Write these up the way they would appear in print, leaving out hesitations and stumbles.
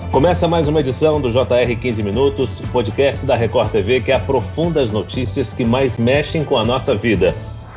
Começa mais uma edição do JR 15 Minutos, podcast da Record TV que aprofunda as notícias que mais mexem com a nossa vida.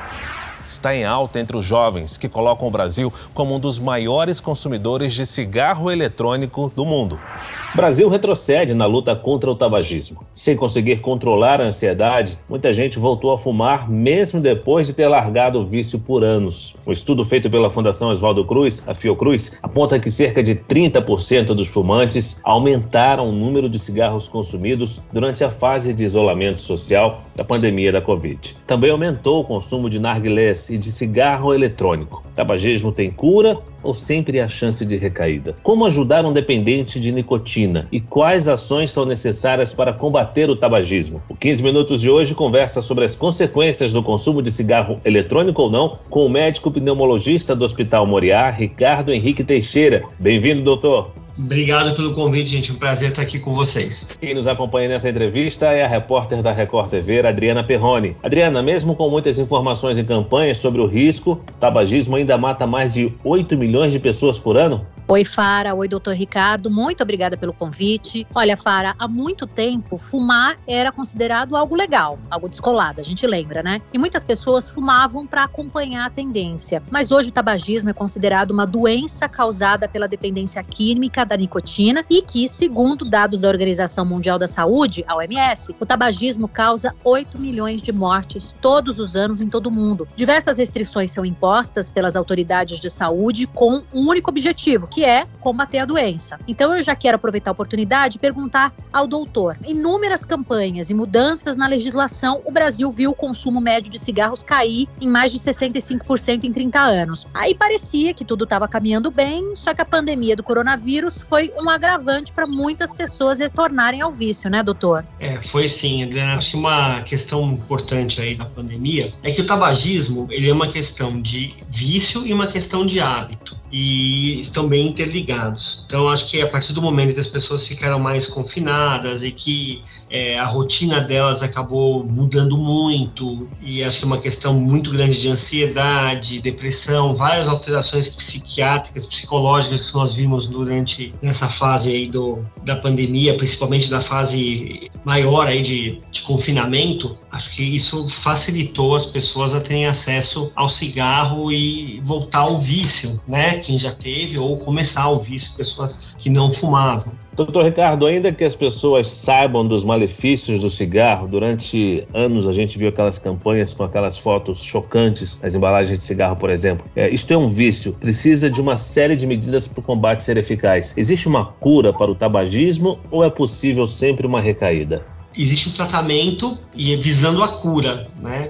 Está em alta entre os jovens, que colocam o Brasil como um dos maiores consumidores de cigarro eletrônico do mundo. O Brasil retrocede na luta contra o tabagismo. Sem conseguir controlar a ansiedade, muita gente voltou a fumar mesmo depois de ter largado o vício por anos. Um estudo feito pela Fundação Oswaldo Cruz, a Fiocruz, aponta que cerca de 30% dos fumantes aumentaram o número de cigarros consumidos durante a fase de isolamento social da pandemia da Covid. Também aumentou o consumo de narguilés e de cigarro eletrônico. Tabagismo tem cura ou sempre há chance de recaída? Como ajudar um dependente de nicotina e quais ações são necessárias para combater o tabagismo? O 15 Minutos de hoje conversa sobre as consequências do consumo de cigarro eletrônico ou não com o médico pneumologista do Hospital Moriá, Ricardo Henrique Teixeira. Bem-vindo, doutor. Obrigado pelo convite, gente. Um prazer estar aqui com vocês. Quem nos acompanha nessa entrevista é a repórter da Record TV, Adriana Perrone. Adriana, mesmo com muitas informações em campanhas sobre o risco, o tabagismo ainda mata mais de 8 milhões de pessoas por ano? Oi, Fara. Oi, doutor Ricardo. Muito obrigada pelo convite. Olha, Fara, há muito tempo, fumar era considerado algo legal, algo descolado, a gente lembra, né? E muitas pessoas fumavam para acompanhar a tendência. Mas hoje o tabagismo é considerado uma doença causada pela dependência química da nicotina e que, segundo dados da Organização Mundial da Saúde, a OMS, o tabagismo causa 8 milhões de mortes todos os anos em todo o mundo. Diversas restrições são impostas pelas autoridades de saúde com um único objetivo, que é combater a doença. Então eu já quero aproveitar a oportunidade e perguntar ao doutor. Inúmeras campanhas e mudanças na legislação, o Brasil viu o consumo médio de cigarros cair em mais de 65% em 30 anos. Aí parecia que tudo estava caminhando bem, só que a pandemia do coronavírus foi um agravante para muitas pessoas retornarem ao vício, né, doutor? Foi sim, Adriana. Acho que uma questão importante aí da pandemia é que o tabagismo, ele é uma questão de vício e uma questão de hábito. E estão bem interligados. Então, acho que a partir do momento que as pessoas ficaram mais confinadas e que a rotina delas acabou mudando muito, e acho que é uma questão muito grande de ansiedade, depressão, várias alterações psiquiátricas, psicológicas que nós vimos durante essa fase aí da pandemia, principalmente na fase maior aí de confinamento. Acho que isso facilitou as pessoas a terem acesso ao cigarro e voltar ao vício, né? Quem já teve, ou começar o vício, pessoas que não fumavam. Doutor Ricardo, ainda que as pessoas saibam dos malefícios do cigarro, durante anos a gente viu aquelas campanhas com aquelas fotos chocantes nas embalagens de cigarro, por exemplo. Isto é um vício, precisa de uma série de medidas para o combate ser eficaz. Existe uma cura para o tabagismo ou é possível sempre uma recaída? Existe um tratamento e visando a cura, né?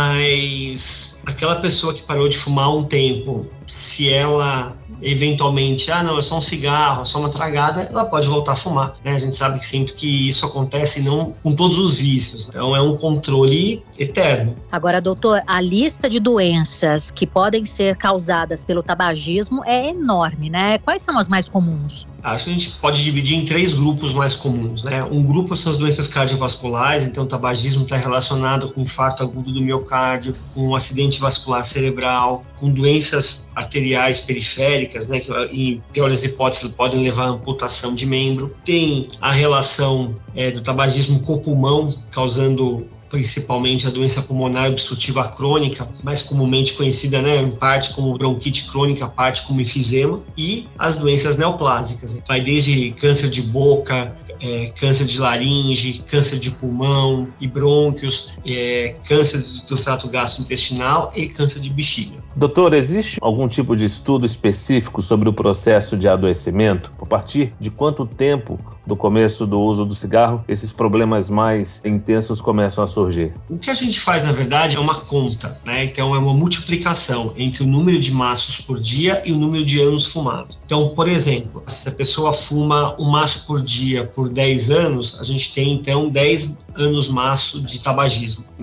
Mas aquela pessoa que parou de fumar há um tempo, se ela eventualmente, não, é só um cigarro, é só uma tragada, ela pode voltar a fumar, né? A gente sabe que sempre que isso acontece, não com todos os vícios. Então é um controle eterno. Agora, doutor, a lista de doenças que podem ser causadas pelo tabagismo é enorme, né? Quais são as mais comuns? Acho que a gente pode dividir em 3 grupos mais comuns, né? Um grupo são as doenças cardiovasculares, então o tabagismo está relacionado com infarto agudo do miocárdio, com um acidente vascular cerebral, com doenças arteriais periféricas, né, que em piores hipóteses podem levar à amputação de membro. Tem a relação do tabagismo com o pulmão, causando principalmente a doença pulmonar obstrutiva crônica, mais comumente conhecida, né, em parte como bronquite crônica, parte como enfisema, e as doenças neoplásicas. Vai desde câncer de boca, câncer de laringe, câncer de pulmão e brônquios, câncer do trato gastrointestinal e câncer de bexiga. Doutor, existe algum tipo de estudo específico sobre o processo de adoecimento? A partir de quanto tempo do começo do uso do cigarro esses problemas mais intensos começam a surgir? O que a gente faz, na verdade, é uma conta, né? Então, é uma multiplicação entre o número de maços por dia e o número de anos fumados. Então, por exemplo, se a pessoa fuma um maço por dia por 10 anos, a gente tem, então, 10 anos maço de tabagismo, né?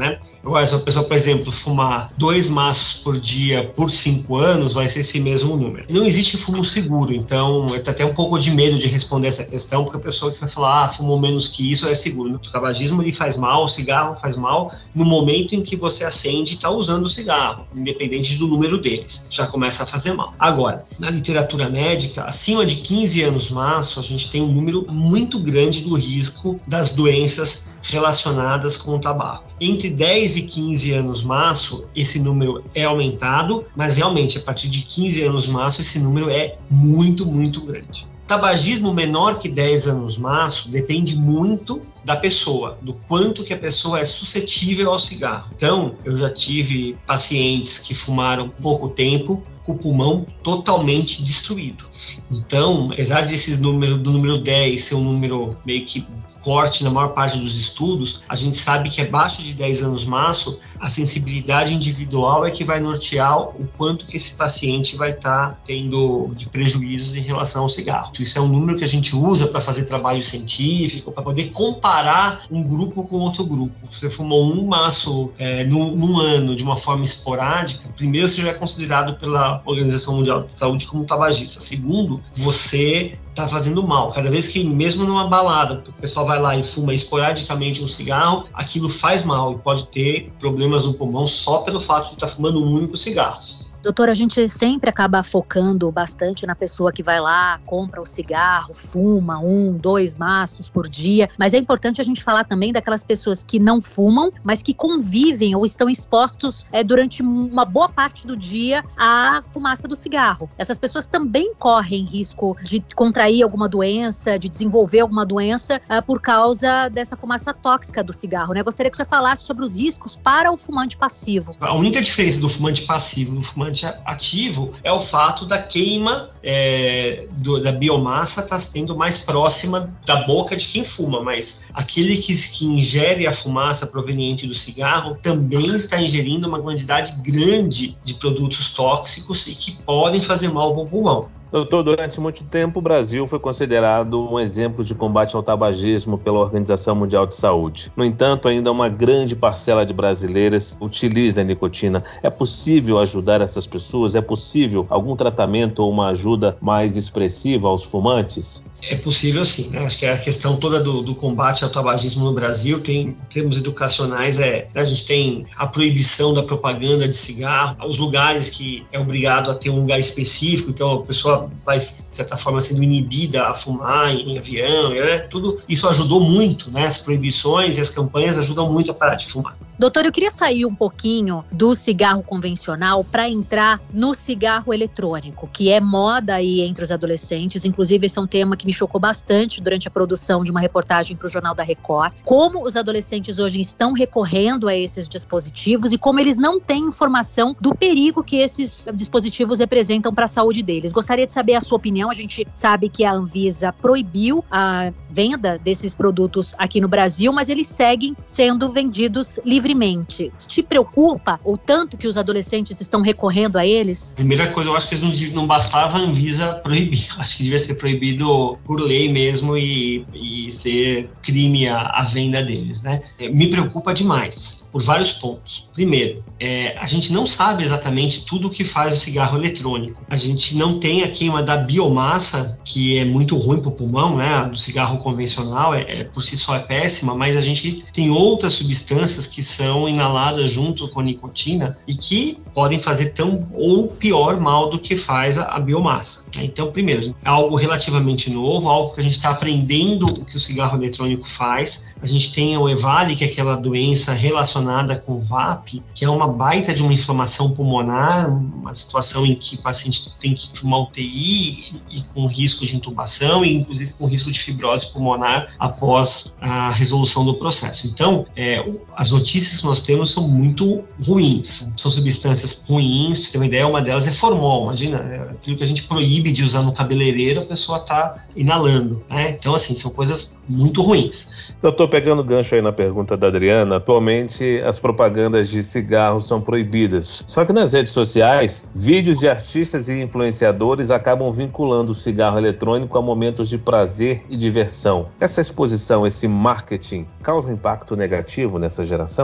Agora, se a pessoa, por exemplo, fumar 2 maços por dia por 5 anos, vai ser esse mesmo número. Não existe fumo seguro, então eu tenho até um pouco de medo de responder essa questão, porque a pessoa que vai falar, fumou menos que isso é seguro. O tabagismo ele faz mal, o cigarro faz mal no momento em que você acende e está usando o cigarro, independente do número deles, já começa a fazer mal. Agora, na literatura médica, acima de 15 anos maço, a gente tem um número muito grande do risco das doenças relacionadas com o tabaco. Entre 10 e 15 anos maço, esse número é aumentado, mas realmente a partir de 15 anos maço, esse número é muito, muito grande. Tabagismo menor que 10 anos maço depende muito da pessoa, do quanto que a pessoa é suscetível ao cigarro. Então, eu já tive pacientes que fumaram pouco tempo, com o pulmão totalmente destruído. Então, apesar do número 10 ser um número meio que corte na maior parte dos estudos, a gente sabe que abaixo de 10 anos maço, a sensibilidade individual é que vai nortear o quanto que esse paciente vai estar tendo de prejuízos em relação ao cigarro. Isso é um número que a gente usa para fazer trabalho científico, para poder comparar um grupo com outro grupo. Se você fumou um maço num ano de uma forma esporádica, primeiro você já é considerado pela Organização Mundial de Saúde como tabagista. Segundo, você está fazendo mal. Cada vez que, mesmo numa balada, o pessoal vai lá e fuma esporadicamente um cigarro, aquilo faz mal e pode ter problemas no pulmão só pelo fato de estar fumando um único cigarro. Doutor, a gente sempre acaba focando bastante na pessoa que vai lá, compra o cigarro, fuma 1, 2 maços por dia, mas é importante a gente falar também daquelas pessoas que não fumam, mas que convivem ou estão expostos durante uma boa parte do dia à fumaça do cigarro. Essas pessoas também correm risco de contrair alguma doença, de desenvolver alguma doença por causa dessa fumaça tóxica do cigarro, né? Gostaria que você falasse sobre os riscos para o fumante passivo. A única diferença do fumante passivo e do fumante ativo é o fato da queima da biomassa estar sendo mais próxima da boca de quem fuma, mas aquele que ingere a fumaça proveniente do cigarro também está ingerindo uma quantidade grande de produtos tóxicos e que podem fazer mal ao pulmão. Doutor, durante muito tempo o Brasil foi considerado um exemplo de combate ao tabagismo pela Organização Mundial de Saúde. No entanto, ainda uma grande parcela de brasileiras utiliza a nicotina. É possível ajudar essas pessoas? É possível algum tratamento ou uma ajuda mais expressiva aos fumantes? É possível sim, né? Acho que a questão toda do combate ao tabagismo no Brasil tem, em termos educacionais, a gente tem a proibição da propaganda de cigarro, os lugares que é obrigado a ter um lugar específico, então a pessoa vai, de certa forma, sendo inibida a fumar em avião, né? Tudo isso ajudou muito, né? As proibições e as campanhas ajudam muito a parar de fumar. Doutor, eu queria sair um pouquinho do cigarro convencional para entrar no cigarro eletrônico, que é moda aí entre os adolescentes. Inclusive, esse é um tema que me chocou bastante durante a produção de uma reportagem para o Jornal da Record. Como os adolescentes hoje estão recorrendo a esses dispositivos e como eles não têm informação do perigo que esses dispositivos representam para a saúde deles. Gostaria de saber a sua opinião. A gente sabe que a Anvisa proibiu a venda desses produtos aqui no Brasil, mas eles seguem sendo vendidos livremente. Te preocupa o tanto que os adolescentes estão recorrendo a eles? Primeira coisa, eu acho que não bastava a Anvisa proibir. Acho que devia ser proibido por lei mesmo e ser crime a venda deles, né? Me preocupa demais, por vários pontos. Primeiro, a gente não sabe exatamente tudo o que faz o cigarro eletrônico. A gente não tem a queima da biomassa, que é muito ruim para o pulmão, né? A do cigarro convencional por si só é péssima, mas a gente tem outras substâncias que são inaladas junto com a nicotina e que podem fazer tão ou pior mal do que faz a biomassa. Então, primeiro, é algo relativamente novo, algo que a gente está aprendendo o que o cigarro eletrônico faz. A gente tem o EVALI, que é aquela doença relacionada com o VAP, que é uma baita de uma inflamação pulmonar, uma situação em que o paciente tem que ir para uma UTI e com risco de intubação e inclusive com risco de fibrose pulmonar após a resolução do processo. Então, as notícias que nós temos são muito ruins. São substâncias ruins, para você ter uma ideia, uma delas é formol. Imagina, aquilo que a gente proíbe de usar no cabeleireiro, a pessoa está inalando, né? Então, assim, são coisas muito ruins. Eu estou pegando gancho aí na pergunta da Adriana. Atualmente, as propagandas de cigarros são proibidas. Só que nas redes sociais, vídeos de artistas e influenciadores acabam vinculando o cigarro eletrônico a momentos de prazer e diversão. Essa exposição, esse marketing, causa um impacto negativo nessa geração?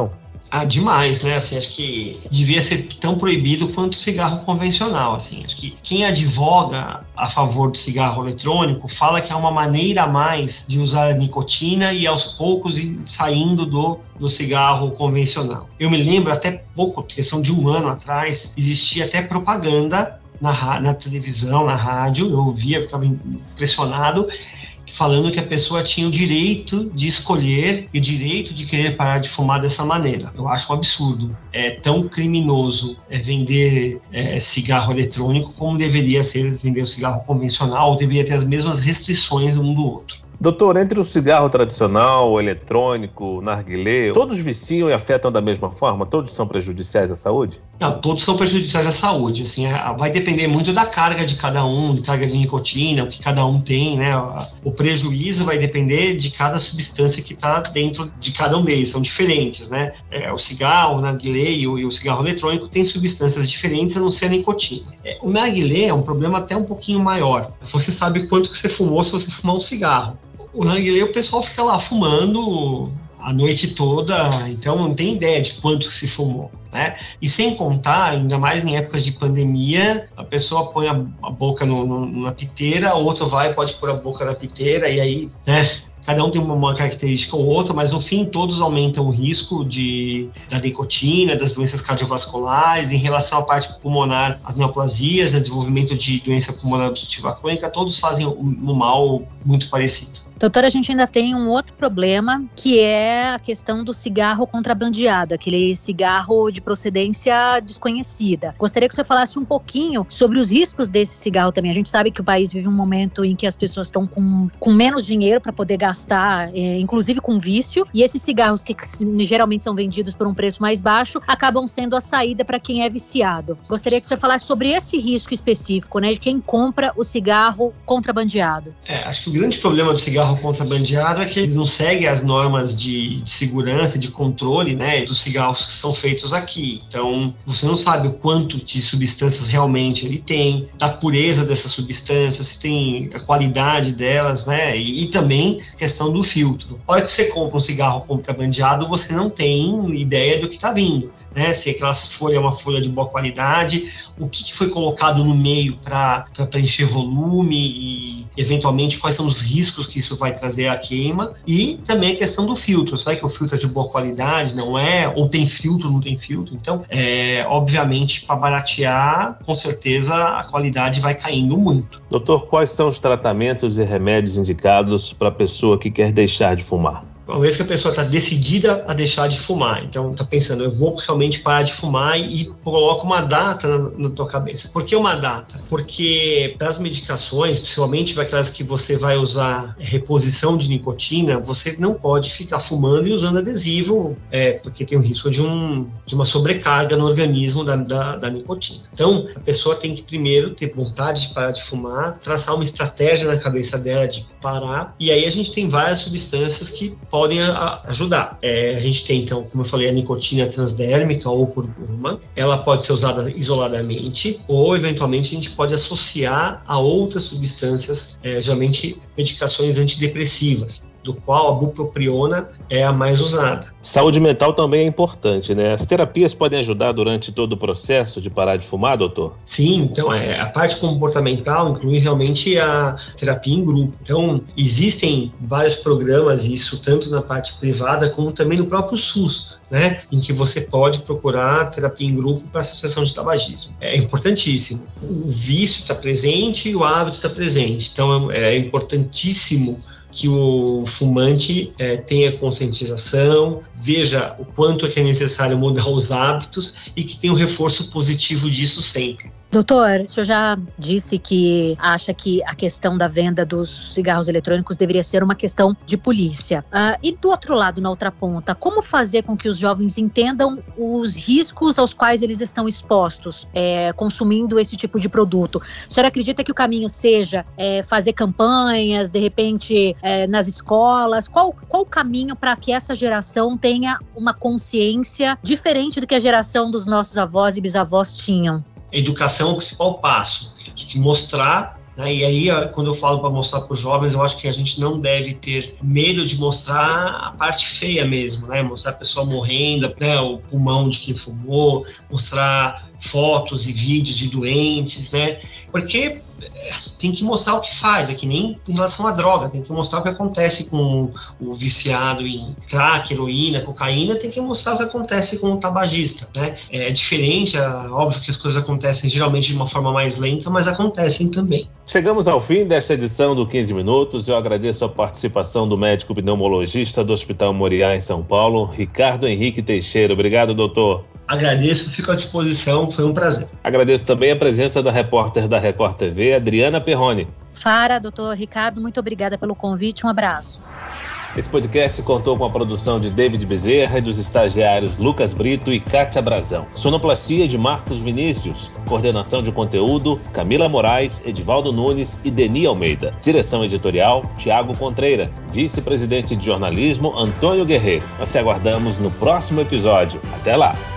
Demais, né? Assim, acho que devia ser tão proibido quanto o cigarro convencional, assim. Acho que quem advoga a favor do cigarro eletrônico fala que é uma maneira a mais de usar a nicotina e aos poucos ir saindo do cigarro convencional. Eu me lembro até pouco, questão de um ano atrás, existia até propaganda na televisão, na rádio, eu ouvia, ficava impressionado, falando que a pessoa tinha o direito de escolher e o direito de querer parar de fumar dessa maneira. Eu acho um absurdo. É tão criminoso vender cigarro eletrônico como deveria ser vender o cigarro convencional, ou deveria ter as mesmas restrições um do outro. Doutor, entre o cigarro tradicional, o eletrônico, o narguilé, todos viciam e afetam da mesma forma? Todos são prejudiciais à saúde? Não, todos são prejudiciais à saúde. Assim, vai depender muito da carga de cada um, de carga de nicotina, o que cada um tem, né? O prejuízo vai depender de cada substância que está dentro de cada um deles. São diferentes, né? O cigarro, o narguilé e o cigarro eletrônico têm substâncias diferentes, a não ser a nicotina. O narguilé é um problema até um pouquinho maior. Você sabe quanto que você fumou se você fumar um cigarro. O narguilé, o pessoal fica lá fumando a noite toda, então não tem ideia de quanto se fumou, né? E sem contar, ainda mais em épocas de pandemia, a pessoa põe a boca na piteira, a outra pode pôr a boca na piteira, e aí, né? Cada um tem uma característica ou outra, mas no fim todos aumentam o risco da nicotina, das doenças cardiovasculares. Em relação à parte pulmonar, as neoplasias, o desenvolvimento de doença pulmonar obstrutiva crônica, todos fazem um mal muito parecido. Doutora, a gente ainda tem um outro problema, que é a questão do cigarro contrabandeado, aquele cigarro de procedência desconhecida. Gostaria que o senhor falasse um pouquinho sobre os riscos desse cigarro também. A gente sabe que o país vive um momento em que as pessoas estão com menos dinheiro para poder gastar, inclusive com vício, e esses cigarros que geralmente são vendidos por um preço mais baixo, acabam sendo a saída para quem é viciado. Gostaria que o senhor falasse sobre esse risco específico, né, de quem compra o cigarro contrabandeado. Acho que o grande problema do cigarro contrabandeado é que eles não seguem as normas de segurança, de controle, né, dos cigarros que são feitos aqui. Então, você não sabe o quanto de substâncias realmente ele tem, da pureza dessas substâncias, se tem a qualidade delas, né, e também a questão do filtro. A hora que você compra um cigarro contrabandeado, você não tem ideia do que está vindo, né, se aquela folha é uma folha de boa qualidade, o que foi colocado no meio para preencher volume e, eventualmente, quais são os riscos que isso vai trazer à queima, e também a questão do filtro. Será que o filtro é de boa qualidade, não é? Ou tem filtro, não tem filtro? Então, obviamente, para baratear, com certeza a qualidade vai caindo muito. Doutor, quais são os tratamentos e remédios indicados para a pessoa que quer deixar de fumar? Uma vez que a pessoa está decidida a deixar de fumar, então está pensando, eu vou realmente parar de fumar, e coloca uma data na tua cabeça. Por que uma data? Porque para as medicações, principalmente aquelas que você vai usar reposição de nicotina, você não pode ficar fumando e usando adesivo, porque tem o risco de uma sobrecarga no organismo da nicotina. Então, a pessoa tem que primeiro ter vontade de parar de fumar, traçar uma estratégia na cabeça dela de parar, e aí a gente tem várias substâncias que podem ajudar. A gente tem, então, como eu falei, a nicotina transdérmica ou por goma. Ela pode ser usada isoladamente ou, eventualmente, a gente pode associar a outras substâncias, geralmente medicações antidepressivas, do qual a bupropiona é a mais usada. Saúde mental também é importante, né? As terapias podem ajudar durante todo o processo de parar de fumar, doutor? Sim, então a parte comportamental inclui realmente a terapia em grupo. Então, existem vários programas, isso tanto na parte privada como também no próprio SUS, né, em que você pode procurar terapia em grupo para associação de tabagismo. É importantíssimo. O vício está presente e o hábito está presente. Então, é importantíssimo que o fumante tenha conscientização, veja o quanto é que é necessário mudar os hábitos e que tenha um reforço positivo disso sempre. Doutor, o senhor já disse que acha que a questão da venda dos cigarros eletrônicos deveria ser uma questão de polícia. E do outro lado, na outra ponta, como fazer com que os jovens entendam os riscos aos quais eles estão expostos consumindo esse tipo de produto? O senhor acredita que o caminho seja fazer campanhas, de repente, nas escolas? Qual o caminho para que essa geração tenha uma consciência diferente do que a geração dos nossos avós e bisavós tinham? A educação é o principal passo, de mostrar né? E aí, quando eu falo para mostrar para os jovens, eu acho que a gente não deve ter medo de mostrar a parte feia mesmo, né? Mostrar a pessoa morrendo, né? O pulmão de quem fumou, mostrar fotos e vídeos de doentes, né? Porque tem que mostrar o que faz, é que nem em relação à droga, tem que mostrar o que acontece com o viciado em crack, heroína, cocaína, tem que mostrar o que acontece com o tabagista, né? É diferente, óbvio que as coisas acontecem geralmente de uma forma mais lenta, mas acontecem também. Chegamos ao fim desta edição do 15 Minutos. Eu agradeço a participação do médico pneumologista do Hospital Moriá, em São Paulo, Ricardo Henrique Teixeira. Obrigado, doutor. Agradeço, fico à disposição, foi um prazer. Agradeço também a presença da repórter da Record TV, Adriana Perrone. Fara, doutor Ricardo, muito obrigada pelo convite, um abraço. Esse podcast contou com a produção de David Bezerra e dos estagiários Lucas Brito e Kátia Brazão. Sonoplastia de Marcos Vinícius. Coordenação de conteúdo, Camila Moraes, Edivaldo Nunes e Deni Almeida. Direção editorial, Tiago Contreira. Vice-presidente de jornalismo, Antônio Guerreiro. Nós te aguardamos no próximo episódio. Até lá!